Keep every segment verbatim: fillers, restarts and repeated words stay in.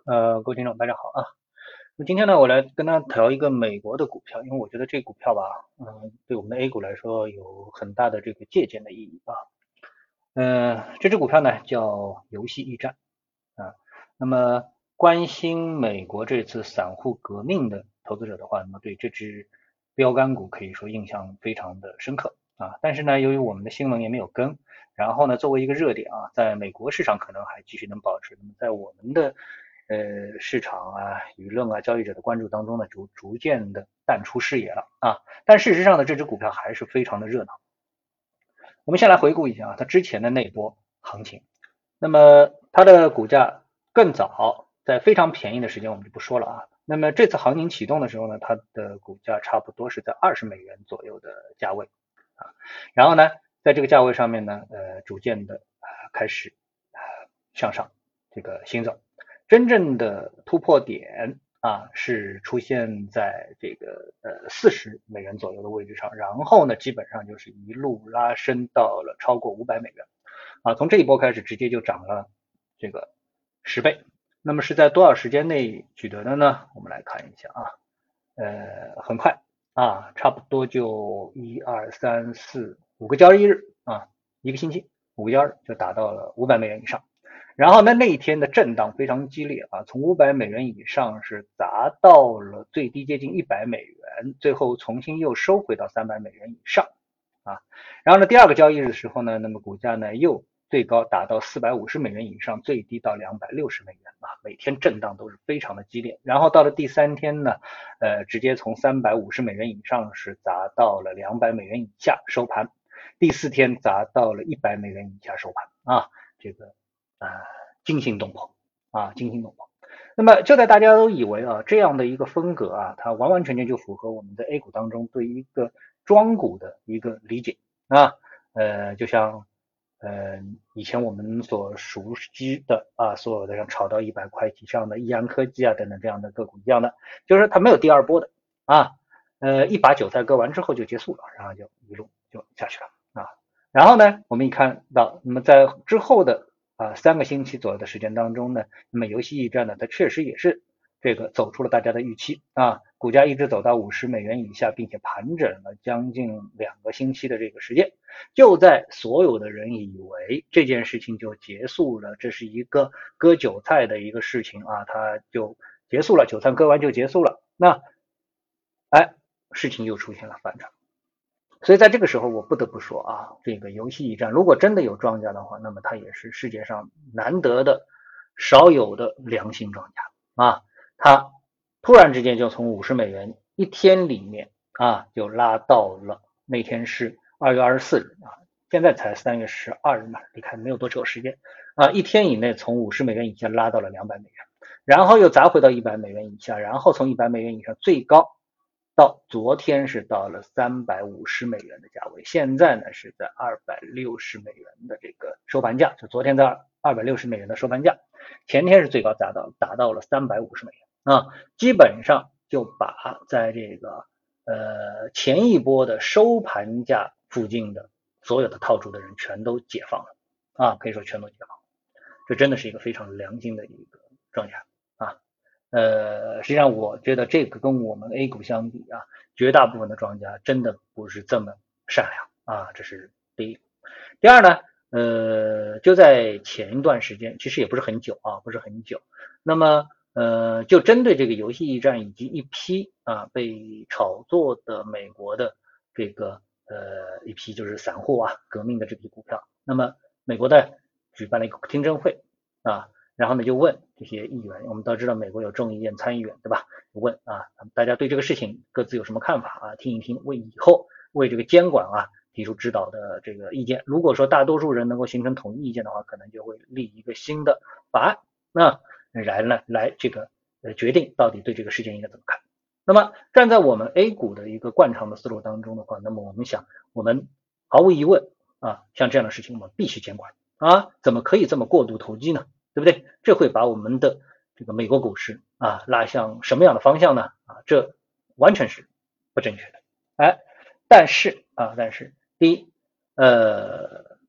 呃，各位听众，大家好啊。那今天呢，我来跟大家聊一个美国的股票，因为我觉得这股票吧，嗯、对我们的 A 股来说有很大的这个借鉴的意义啊。嗯、这只股票呢叫游戏驿站啊。那么关心美国这次散户革命的投资者的话，那么对这只标杆股可以说印象非常的深刻啊。但是呢，由于我们的新闻也没有跟，然后呢，作为一个热点啊，在美国市场可能还继续能保持，那么在我们的呃市场啊、舆论啊、交易者的关注当中呢，逐逐渐的淡出视野了啊。但事实上呢，这只股票还是非常的热闹。我们先来回顾一下啊，它之前的那波行情。那么它的股价更早，在非常便宜的时间我们就不说了啊。那么这次行情启动的时候呢，它的股价差不多是在二十美元左右的价位啊。然后呢，在这个价位上面呢，呃，逐渐的啊开始啊向上这个行走。真正的突破点啊是出现在这个呃四十美元左右的位置上，然后呢，基本上就是一路拉升到了超过五百美元。啊，从这一波开始直接就涨了这个十倍。那么是在多少时间内取得的呢？我们来看一下啊，呃，很快啊，差不多就一二三四五个交易日啊，一个星期五个交易日就达到了五百美元以上。然后呢，那一天的震荡非常激烈啊，从五百美元以上是砸到了最低接近一百美元，最后重新又收回到三百美元以上啊。然后呢，第二个交易日的时候呢，那么股价呢又最高达到四百五十美元以上，最低到两百六十美元啊，每天震荡都是非常的激烈。然后到了第三天呢，呃，直接从三百五十美元以上是砸到了两百美元以下收盘，第四天砸到了一百美元以下收盘啊，这个啊、呃、惊心动魄啊，惊心动魄。那么就在大家都以为啊这样的一个风格啊，它完完全全就符合我们在 A 股当中对于一个庄股的一个理解啊，呃，就像呃以前我们所熟悉的啊，所有的像炒到一百块以上的易安科技啊等等这样的个股一样的，就是它没有第二波的啊，呃，一把韭菜割完之后就结束了，然后就一路就下去了啊。然后呢，我们一看到，那么在之后的啊三个星期左右的时间当中呢，那么游戏驿站呢，它确实也是这个走出了大家的预期啊，股价一直走到五十美元以下，并且盘整了将近两个星期的这个时间。就在所有的人以为这件事情就结束了，这是一个割韭菜的一个事情啊，它就结束了，韭菜割完就结束了。那哎，事情又出现了反转。所以在这个时候，我不得不说啊，这个游戏驿站如果真的有庄家的话，那么它也是世界上难得的、少有的良心庄家啊。它突然之间就从五十美元一天里面啊，就拉到了那天是二月二十四日啊，现在才三月十二日嘛，你看没有多久时间啊，一天以内从五十美元以下拉到了两百美元，然后又砸回到一百美元以下，然后从一百美元以上最高到昨天是到了三百五十美元的价位，现在呢是在二百六十美元的这个收盘价，就昨天在二百六十美元的收盘价，前天是最高达到达到了三百五十美元啊，基本上就把在这个呃前一波的收盘价附近的所有的套住的人全都解放了啊，可以说全都解放了，这真的是一个非常良心的一个庄家啊。呃，实际上我觉得这个跟我们 A 股相比啊，绝大部分的庄家真的不是这么善良啊，这是第一。第二呢，呃，就在前一段时间，其实也不是很久啊，不是很久。那么呃，就针对这个游戏驿站以及一批啊被炒作的美国的这个呃一批就是散户啊革命的这批股票，那么美国的举办了一个听证会啊。然后呢，就问这些议员，我们都知道美国有众议院参议员，对吧？问啊，大家对这个事情各自有什么看法啊？听一听，为以后为这个监管啊提出指导的这个意见。如果说大多数人能够形成统一意见的话，可能就会立一个新的法案，那来呢来这个呃决定到底对这个事件应该怎么看。那么站在我们 A 股的一个惯常的思路当中的话，那么我们想，我们毫无疑问啊，像这样的事情我们必须监管啊，怎么可以这么过度投机呢？对不对？这会把我们的这个美国股市啊拉向什么样的方向呢？啊，这完全是不正确的。哎，但是啊，但是第一，呃，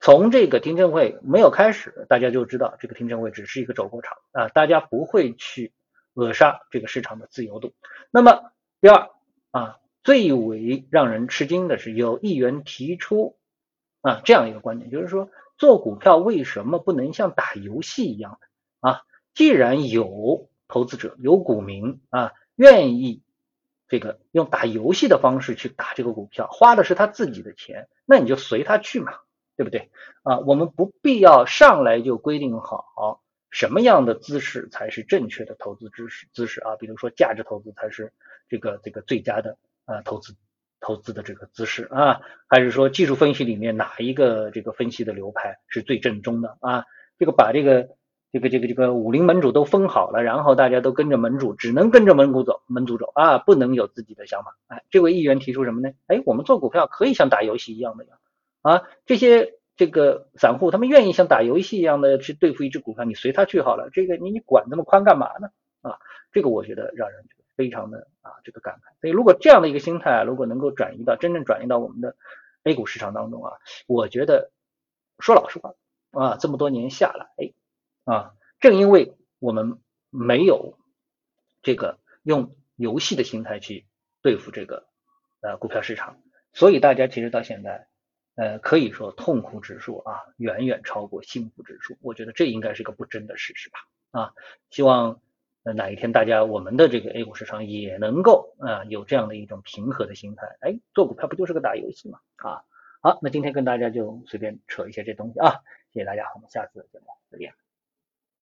从这个听证会没有开始，大家就知道这个听证会只是一个走过场啊，大家不会去扼杀这个市场的自由度。那么第二啊，最为让人吃惊的是，有议员提出啊这样一个观点，就是说做股票为什么不能像打游戏一样啊？既然有投资者、有股民啊愿意这个用打游戏的方式去打这个股票，花的是他自己的钱，那你就随他去嘛，对不对？啊，我们不必要上来就规定好什么样的姿势才是正确的投资姿势姿势啊，比如说价值投资才是这个这个最佳的啊投资投资的这个姿势啊，还是说技术分析里面哪一个这个分析的流派是最正宗的啊？这个把这个这个这个这个武林门主都封好了，然后大家都跟着门主，只能跟着门主走，门主走啊，不能有自己的想法。哎，这位议员提出什么呢？哎，我们做股票可以像打游戏一样的呀，啊，这些这个散户他们愿意像打游戏一样的去对付一只股票，你随他去好了，这个你你管那么宽干嘛呢？啊，这个我觉得让人非常的啊这个感慨。所以如果这样的一个心态啊，如果能够转移到真正转移到我们的 A 股市场当中啊，我觉得说老实话啊，这么多年下来啊，正因为我们没有这个用游戏的心态去对付这个呃股票市场，所以大家其实到现在呃可以说痛苦指数啊远远超过幸福指数，我觉得这应该是个不争的事实吧啊，希望呃哪一天大家我们的这个 A 股市场也能够啊有这样的一种平和的心态，哎，做股票不就是个打游戏嘛啊，好，那今天跟大家就随便扯一些这东西啊，谢谢大家，我们下次再见，再见。